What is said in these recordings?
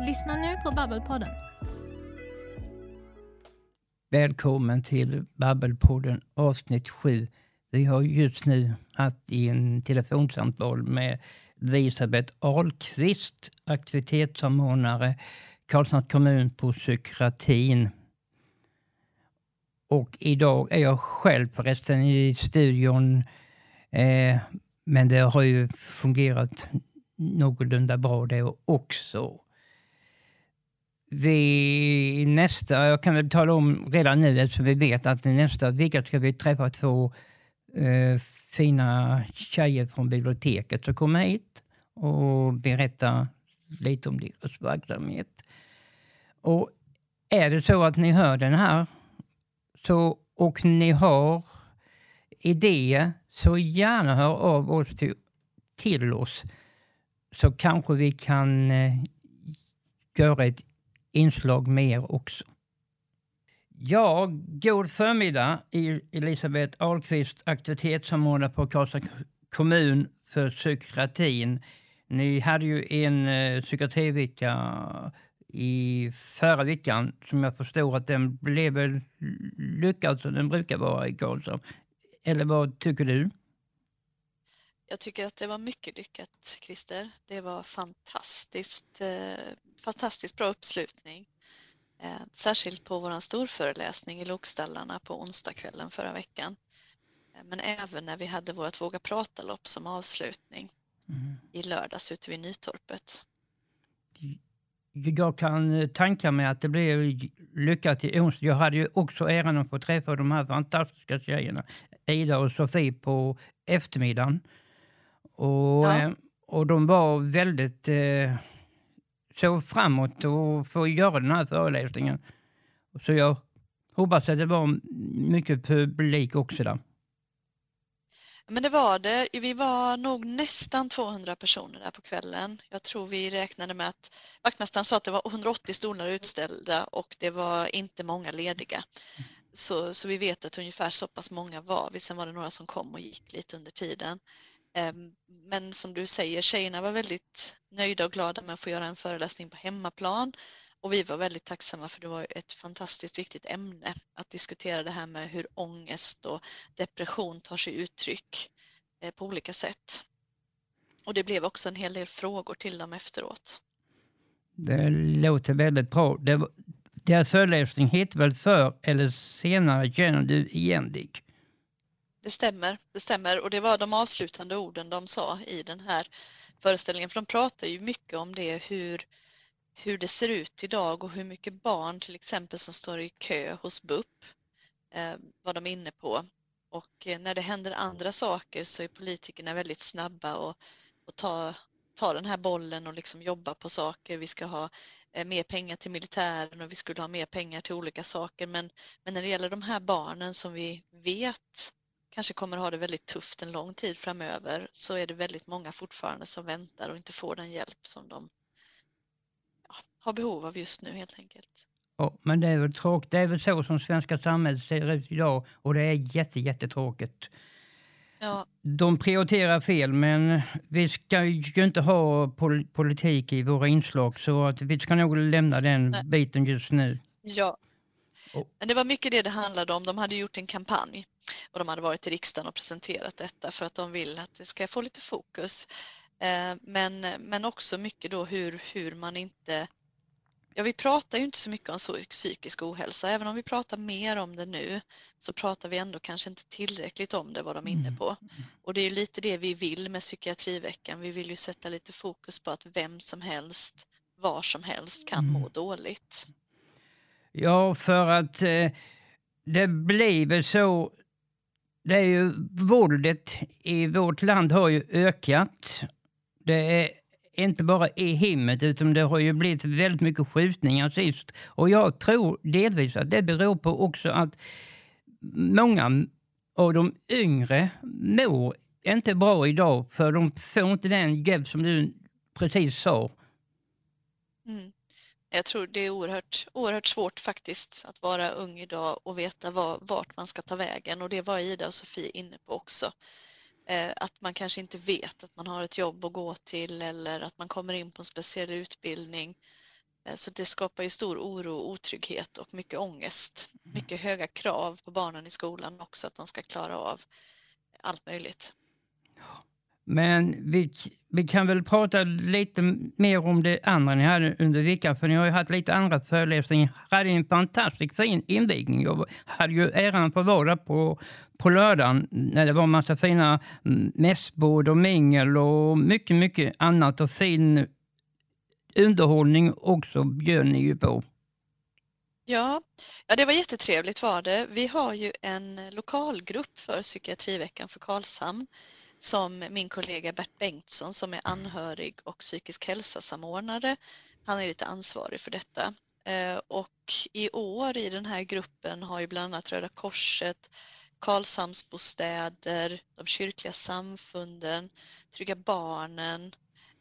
lyssnar nu på Babbelpodden. Välkommen till Babbelpodden avsnitt 7. Vi har just nu haft en telefonsamtal med Elisabeth Ahlqvist, aktivitetssamordnare Karlshamns kommun på psykiatrin. Och idag är jag själv förresten i studion, men det har ju fungerat någorlunda bra det också. Jag kan väl tala om redan nu, eftersom vi vet att nästa vecka ska vi träffa två fina tjejer från biblioteket som kommer hit och berätta lite om deras verksamhet. Och är det så att ni hör den här och ni har idéer, så gärna hör av oss till oss, så kanske vi kan göra ett inslag med er också. Ja, god förmiddag. Elisabeth Ahlqvist, aktivitetssamordnare på Karlshamns kommun för psykiatrin. Ni hade ju en psykiatrivecka i förra veckan som jag förstår att den blev väl lyckad som den brukar vara i Karlshamn. Eller vad tycker du? Jag tycker att det var mycket lyckat, Christer. Det var fantastiskt bra uppslutning. Särskilt på vår storföreläsning i Lokstallarna på onsdagskvällen förra veckan. Men även när vi hade vårt Våga prata-lopp som avslutning i lördags ute vid Nytorpet. Jag kan tänka mig att det blev lyckat i onsdag. Jag hade ju också äran att få träffa de här fantastiska tjejerna, Ida och Sofie, på eftermiddagen. Och de var väldigt så framåt och få göra den här föreläsningen. Så jag hoppas att det var mycket publik också där. Men det var det. Vi var nog nästan 200 personer där på kvällen. Jag tror vi räknade med att vaktmästaren sa att det var 180 stolar utställda och det var inte många lediga. Så vi vet att ungefär så pass många var vi. Sen var det några som kom och gick lite under tiden. Men som du säger, tjejerna var väldigt nöjda och glada med att få göra en föreläsning på hemmaplan. Och vi var väldigt tacksamma för det var ett fantastiskt viktigt ämne att diskutera det här med hur ångest och depression tar sig uttryck på olika sätt. Och det blev också en hel del frågor till dem efteråt. Det låter väldigt bra. Deras föreläsning heter väl Förr eller senare känner du igen dig? Det stämmer. Och det var de avslutande orden de sa i den här föreställningen. För de pratar ju mycket om det, hur det ser ut idag och hur mycket barn till exempel som står i kö hos BUP, vad de är inne på. Och när det händer andra saker så är politikerna väldigt snabba och ta den här bollen och liksom jobba på saker. Vi ska ha mer pengar till militären och vi skulle ha mer pengar till olika saker. Men när det gäller de här barnen som vi vet kanske kommer ha det väldigt tufft en lång tid framöver, så är det väldigt många fortfarande som väntar och inte får den hjälp som de har behov av just nu helt enkelt. Ja, men det är väl tråkigt. Det är väl så som svenska samhället ser ut idag och det är jättetråkigt. Ja. De prioriterar fel, men vi ska ju inte ha politik i våra inslag, så att vi ska nog lämna den biten just nu. Ja. Men det var mycket det handlade om. De hade gjort en kampanj och de hade varit i riksdagen och presenterat detta för att de vill att det ska få lite fokus. Men också mycket då hur man inte... Ja, vi pratar ju inte så mycket om psykisk ohälsa. Även om vi pratar mer om det nu så pratar vi ändå kanske inte tillräckligt om det, vad de är inne på. Och det är ju lite det vi vill med psykiatriveckan. Vi vill ju sätta lite fokus på att vem som helst, var som helst kan må dåligt. Ja, för att det blir så... Det är ju våldet i vårt land har ju ökat. Det är inte bara i hemmet utan det har ju blivit väldigt mycket skjutningar sist. Och jag tror delvis att det beror på också att många av de yngre mår inte bra idag, för de får inte den hjälp som du precis sa. Jag tror det är oerhört svårt faktiskt att vara ung idag och veta vart man ska ta vägen. Och det var Ida och Sofie inne på också. Att man kanske inte vet att man har ett jobb att gå till eller att man kommer in på en speciell utbildning. Så det skapar ju stor oro, otrygghet och mycket ångest. Mycket höga krav på barnen i skolan också, att de ska klara av allt möjligt. Men vi kan väl prata lite mer om det andra ni hade under veckan. För ni har ju haft lite andra föreläsningar. Jag hade en fantastisk fin invigning. Jag hade ju äran för att vara på lördagen. När det var en massa fina mässbord och mingel och mycket, mycket annat. Och fin underhållning också bjöd ni ju på. Ja, det var jättetrevligt var det. Vi har ju en lokalgrupp för psykiatriveckan för Karlshamn som min kollega Bert Bengtsson som är anhörig och psykisk hälsa-samordnare. Han är lite ansvarig för detta. Och i år i den här gruppen har ju bland annat Röda Korset, Karlshamnsbostäder, de kyrkliga samfunden, Trygga Barnen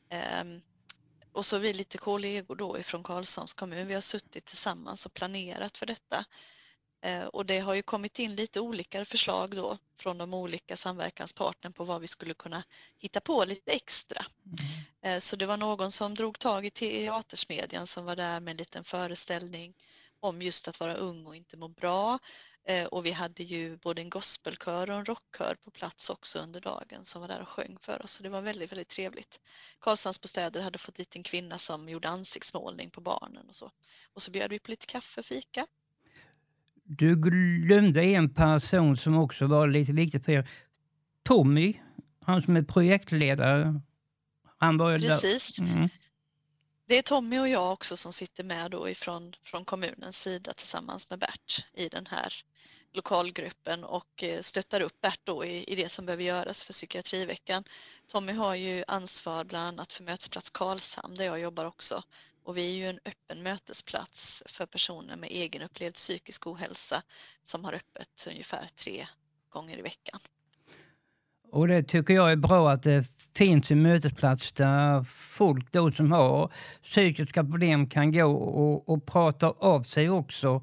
och så vi lite kollegor då ifrån Karlshamns kommun. Vi har suttit tillsammans och planerat för detta. Och det har ju kommit in lite olika förslag då från de olika samverkanspartnerna på vad vi skulle kunna hitta på lite extra. Så det var någon som drog tag i Teatersmedjan som var där med en liten föreställning om just att vara ung och inte må bra. Och vi hade ju både en gospelkör och en rockkör på plats också under dagen som var där och sjöng för oss. Så det var väldigt, väldigt trevligt. Karlshamnsbostäder hade fått dit en kvinna som gjorde ansiktsmålning på barnen och så. Och så bjöd vi på lite kaffe och fika. Du glömde en person som också var lite viktig för er. Tommy, han som är projektledare. Han var Precis. Det är Tommy och jag också som sitter med då från kommunens sida tillsammans med Bert i den här lokalgruppen och stöttar upp Bert då i det som behöver göras för psykiatriveckan. Tommy har ju ansvar bland annat för Mötesplats Karlshamn där jag jobbar också. Och vi är ju en öppen mötesplats för personer med egenupplevd psykisk ohälsa som har öppet ungefär 3 gånger i veckan. Och det tycker jag är bra att det finns en mötesplats där folk då som har psykiska problem kan gå och prata av sig också.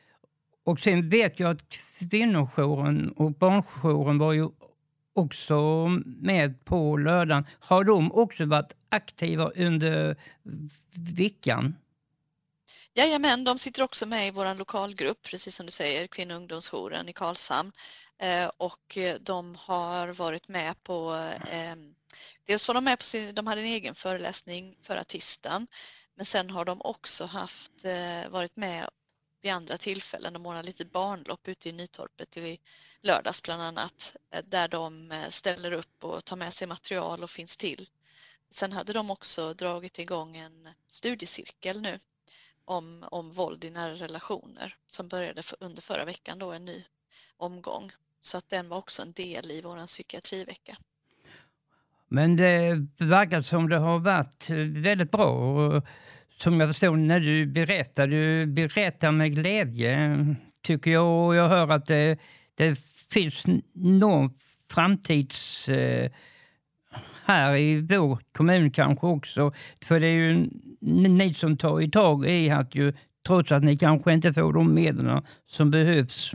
Och sen vet jag att kvinnojouren och barnjouren var ju också med på lördagen. Har de också varit aktiva under veckan? Jajamän, de sitter också med i vår lokalgrupp, precis som du säger, kvinno- och ungdomsjouren i Karlshamn. Och de har varit med på, dels var de med på de hade en egen föreläsning förra tisdagen, men sen har de också varit med vid andra tillfällen. De ordnar lite barnlopp ute i Nytorpet i lördags bland annat, där de ställer upp och tar med sig material och finns till. Sen hade de också dragit igång en studiecirkel nu om våld i nära relationer som började under förra veckan då en ny omgång. Så att den var också en del i våran psykiatrivecka. Men det verkar som det har varit väldigt bra. Och som jag förstår när du berättar med glädje tycker jag. Och jag hör att det finns någon framtids här i vår kommun kanske också. För det är ju ni som tar i tag i att ju, trots att ni kanske inte får de medel som behövs.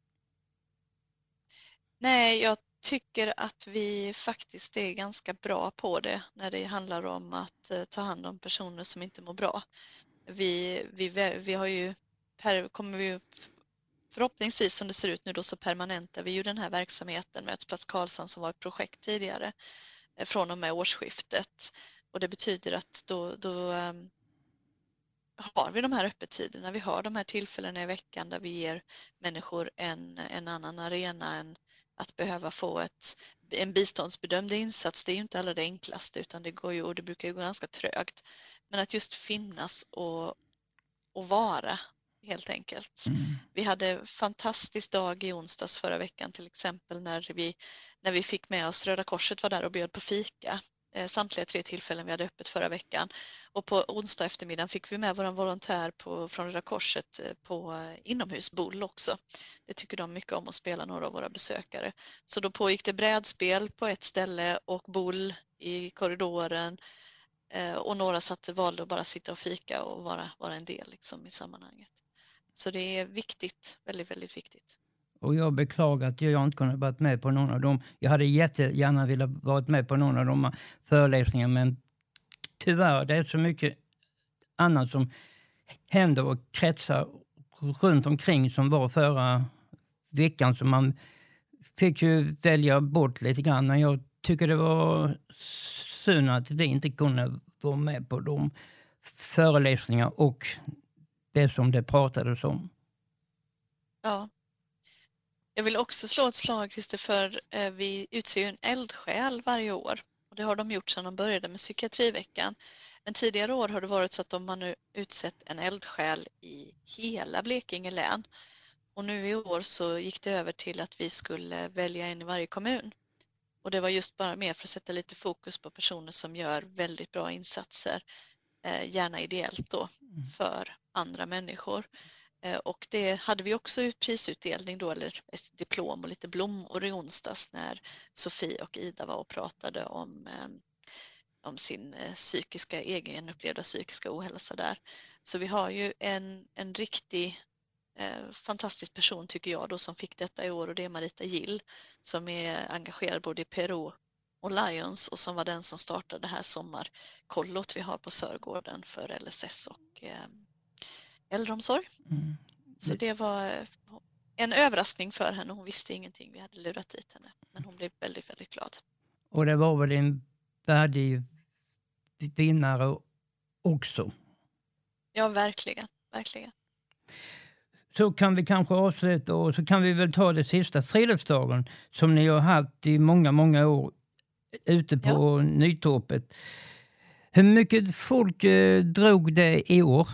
Nej, jag tycker att vi faktiskt är ganska bra på det när det handlar om att ta hand om personer som inte mår bra. Vi har ju, kommer vi förhoppningsvis som det ser ut nu då så permanentar vi ju den här verksamheten Mötesplats Karlshamn som var ett projekt tidigare från och med årsskiftet. Och det betyder att då har vi de här öppettiderna, vi har de här tillfällena i veckan där vi ger människor en annan arena än att behöva få en biståndsbedömd insats. Det är ju inte allra det enklaste utan det går ju, och det brukar ju gå ganska trögt. Men att just finnas och vara helt enkelt. Vi hade fantastisk dag i onsdags förra veckan till exempel när vi fick med oss Röda Korset var där och bjöd på fika. Samtliga 3 tillfällen vi hade öppet förra veckan. Och på onsdag eftermiddag fick vi med vår volontär från Röda Korset på inomhusboll också. Det tycker de mycket om att spela, några av våra besökare. Så då pågick det brädspel på ett ställe och boll i korridoren. Och några valde att bara sitta och fika och vara en del liksom, i sammanhanget. Så det är viktigt, väldigt, väldigt viktigt. Och jag beklagar att jag inte kunde varit med på någon av dem. Jag hade jättegärna velat varit med på någon av de föreläsningarna. Men tyvärr, det är så mycket annat som händer och kretsar runt omkring som var förra veckan. Så man fick ju välja bort lite grann. Men jag tycker det var synd att vi inte kunde vara med på de föreläsningar och det som det pratades om. Ja. Jag vill också slå ett slag, Christer, vi utser ju en eldsjäl varje år. Och det har de gjort sedan de började med psykiatriveckan. Men tidigare år har det varit så att de har nu utsett en eldsjäl i hela Blekinge län. Och nu i år så gick det över till att vi skulle välja en i varje kommun. Och det var just bara mer för att sätta lite fokus på personer som gör väldigt bra insatser, gärna ideellt då, för andra människor. Och det hade vi också prisutdelning då, eller ett diplom och lite blommor i onsdags när Sofie och Ida var och pratade om sin egenupplevda psykiska ohälsa där. Så vi har ju en riktig fantastisk person tycker jag då som fick detta i år, och det är Marita Gill som är engagerad både i PRO och Lions och som var den som startade det här sommarkollot vi har på Sörgården för LSS och äldreomsorg. Så det var en överraskning för henne. Hon visste ingenting. Vi hade lurat dit henne. Men hon blev väldigt, väldigt glad. Och det var väl en värdig vinnare också. Ja, verkligen. Verkligen. Så kan vi kanske avsluta och så kan vi väl ta det sista friluftsdagen som ni har haft i många, många år ute på Nytorpet. Hur mycket folk drog det i år?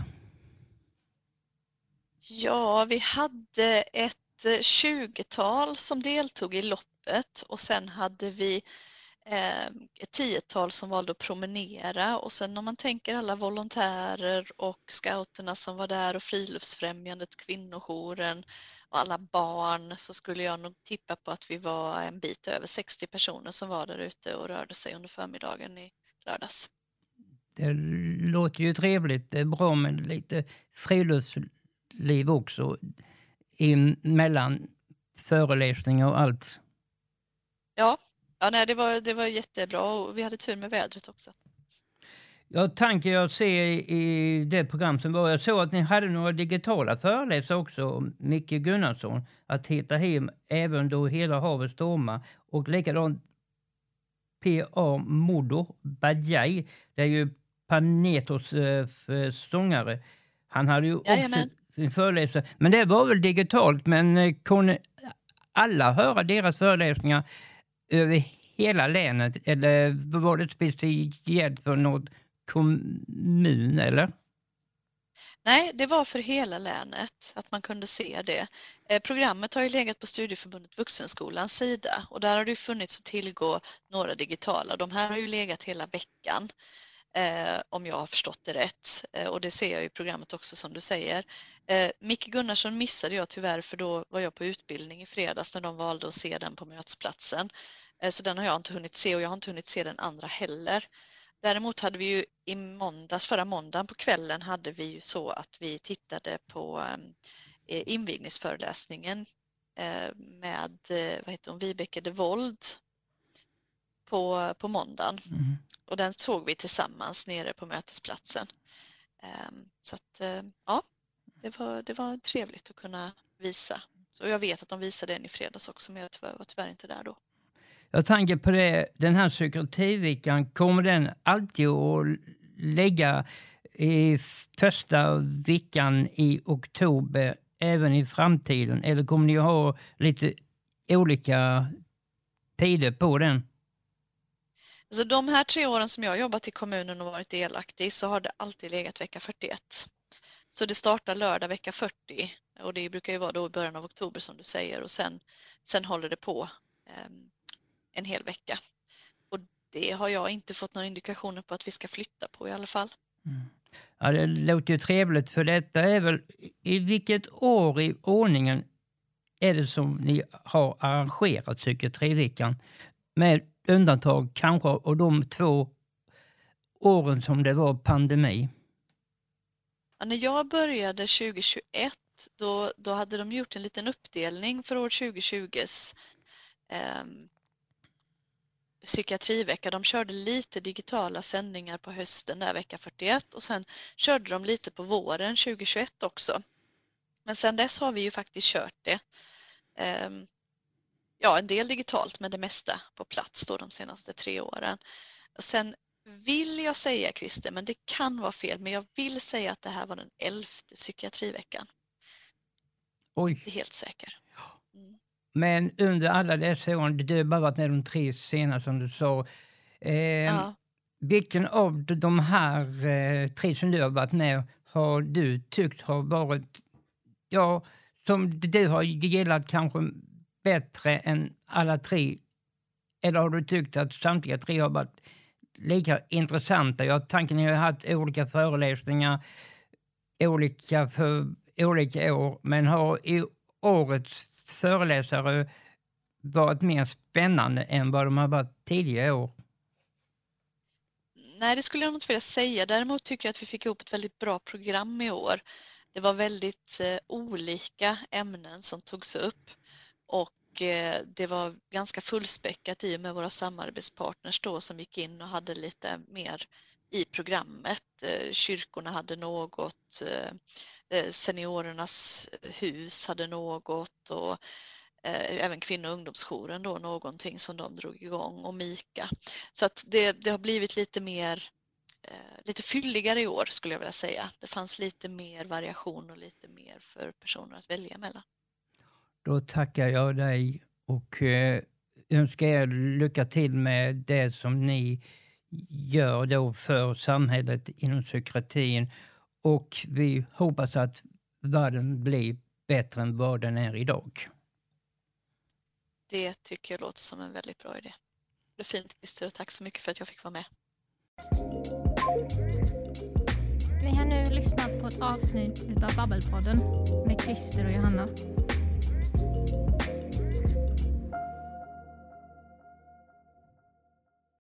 Ja, vi hade ett 20-tal som deltog i loppet och sen hade vi ett 10-tal som valde att promenera, och sen om man tänker alla volontärer och scouterna som var där och Friluftsfrämjandet, kvinnojouren och alla barn, så skulle jag nog tippa på att vi var en bit över 60 personer som var där ute och rörde sig under förmiddagen i lördags. Det låter ju trevligt. Det är bra med lite friluftsliv också mellan föreläsningar och allt. Ja, nej, det var jättebra och vi hade tur med vädret också. Jag tänker jag ser i det program som var, jag såg att ni hade några digitala föreläsare också, Micke Gunnarsson, att hitta hem även då hela havet stormar, och likadant P.A. Modo Bajaj, det är ju Panetos sångare. Han hade ju också sin föreläsare, men det var väl digitalt, men kunde alla höra deras föreläsningar över hela länet, eller var det speciellt för något kommun, eller? Nej, det var för hela länet att man kunde se det. Programmet har ju legat på Studieförbundet Vuxenskolans sida och där har det funnits att tillgå några digitala. De här har ju legat hela veckan, om jag har förstått det rätt. Och det ser jag i programmet också som du säger. Micke Gunnarsson missade jag tyvärr, för då var jag på utbildning i fredags när de valde att se den på mötesplatsen. Så den har jag inte hunnit se, och jag har inte hunnit se den andra heller. Däremot hade vi ju förra måndagen på kvällen hade vi ju så att vi tittade på invigningsföreläsningen med Vibeke de Wold på måndagen. Och den såg vi tillsammans nere på mötesplatsen. Så att ja, det var trevligt att kunna visa. Så jag vet att de visade den i fredags också, men jag var tyvärr inte där då. Jag tänker på det, den här psykiatriveckan, kommer den alltid att lägga i första veckan i oktober även i framtiden? Eller kommer ni att ha lite olika tider på den? Alltså de här 3 åren som jag har jobbat i kommunen och varit delaktig, så har det alltid legat vecka 41. Så det startar lördag vecka 40 och det brukar ju vara då i början av oktober som du säger, och sen håller det på en hel vecka. Och det har jag inte fått några indikationer på att vi ska flytta på i alla fall. Ja, det låter ju trevligt, för detta är väl, i vilket år i ordningen är det som ni har arrangerat psykiatriveckan? Med undantag kanske av de 2 åren som det var pandemi. Ja, när jag började 2021 då hade de gjort en liten uppdelning för år 2020s psykiatrivecka. De körde lite digitala sändningar på hösten där vecka 41 och sen körde de lite på våren 2021 också. Men sen dess har vi ju faktiskt kört det. Ja, en del digitalt men det mesta på plats då de senaste 3 åren. Och sen vill jag säga, Christer, men det kan vara fel, men jag vill säga att det här var den 11:e psykiatriveckan. Oj. Inte helt säker. Men under alla dessa år, du har bara varit med de 3 senare som du sa. Ja. Vilken av de här 3 som du har varit med har du tyckt har varit, ja, som du har gillat kanske bättre än alla 3? Eller har du tyckt att samtliga 3 har varit lika intressanta? Jag tänker ni har haft olika föreläsningar för olika år, men har i årets föreläsare varit mer spännande än vad de har varit tidigare år? Nej, det skulle jag nog inte vilja säga. Däremot tycker jag att vi fick ihop ett väldigt bra program i år. Det var väldigt olika ämnen som togs upp och det var ganska fullspäckat i med våra samarbetspartners då som gick in och hade lite mer i programmet. Kyrkorna hade något, seniorernas hus hade något och även kvinno- och ungdomsjouren då någonting som de drog igång och Mika. Så att det har blivit lite mer, lite fylligare i år skulle jag vilja säga. Det fanns lite mer variation och lite mer för personer att välja mellan. Då tackar jag dig och önskar er lycka till med det som ni gör då för samhället inom psykiatrin. Och vi hoppas att världen blir bättre än vad den är idag. Det tycker jag låter som en väldigt bra idé. Det är fint, Christer, och tack så mycket för att jag fick vara med. Ni har nu lyssnat på ett avsnitt av Babbelpodden med Christer och Johanna.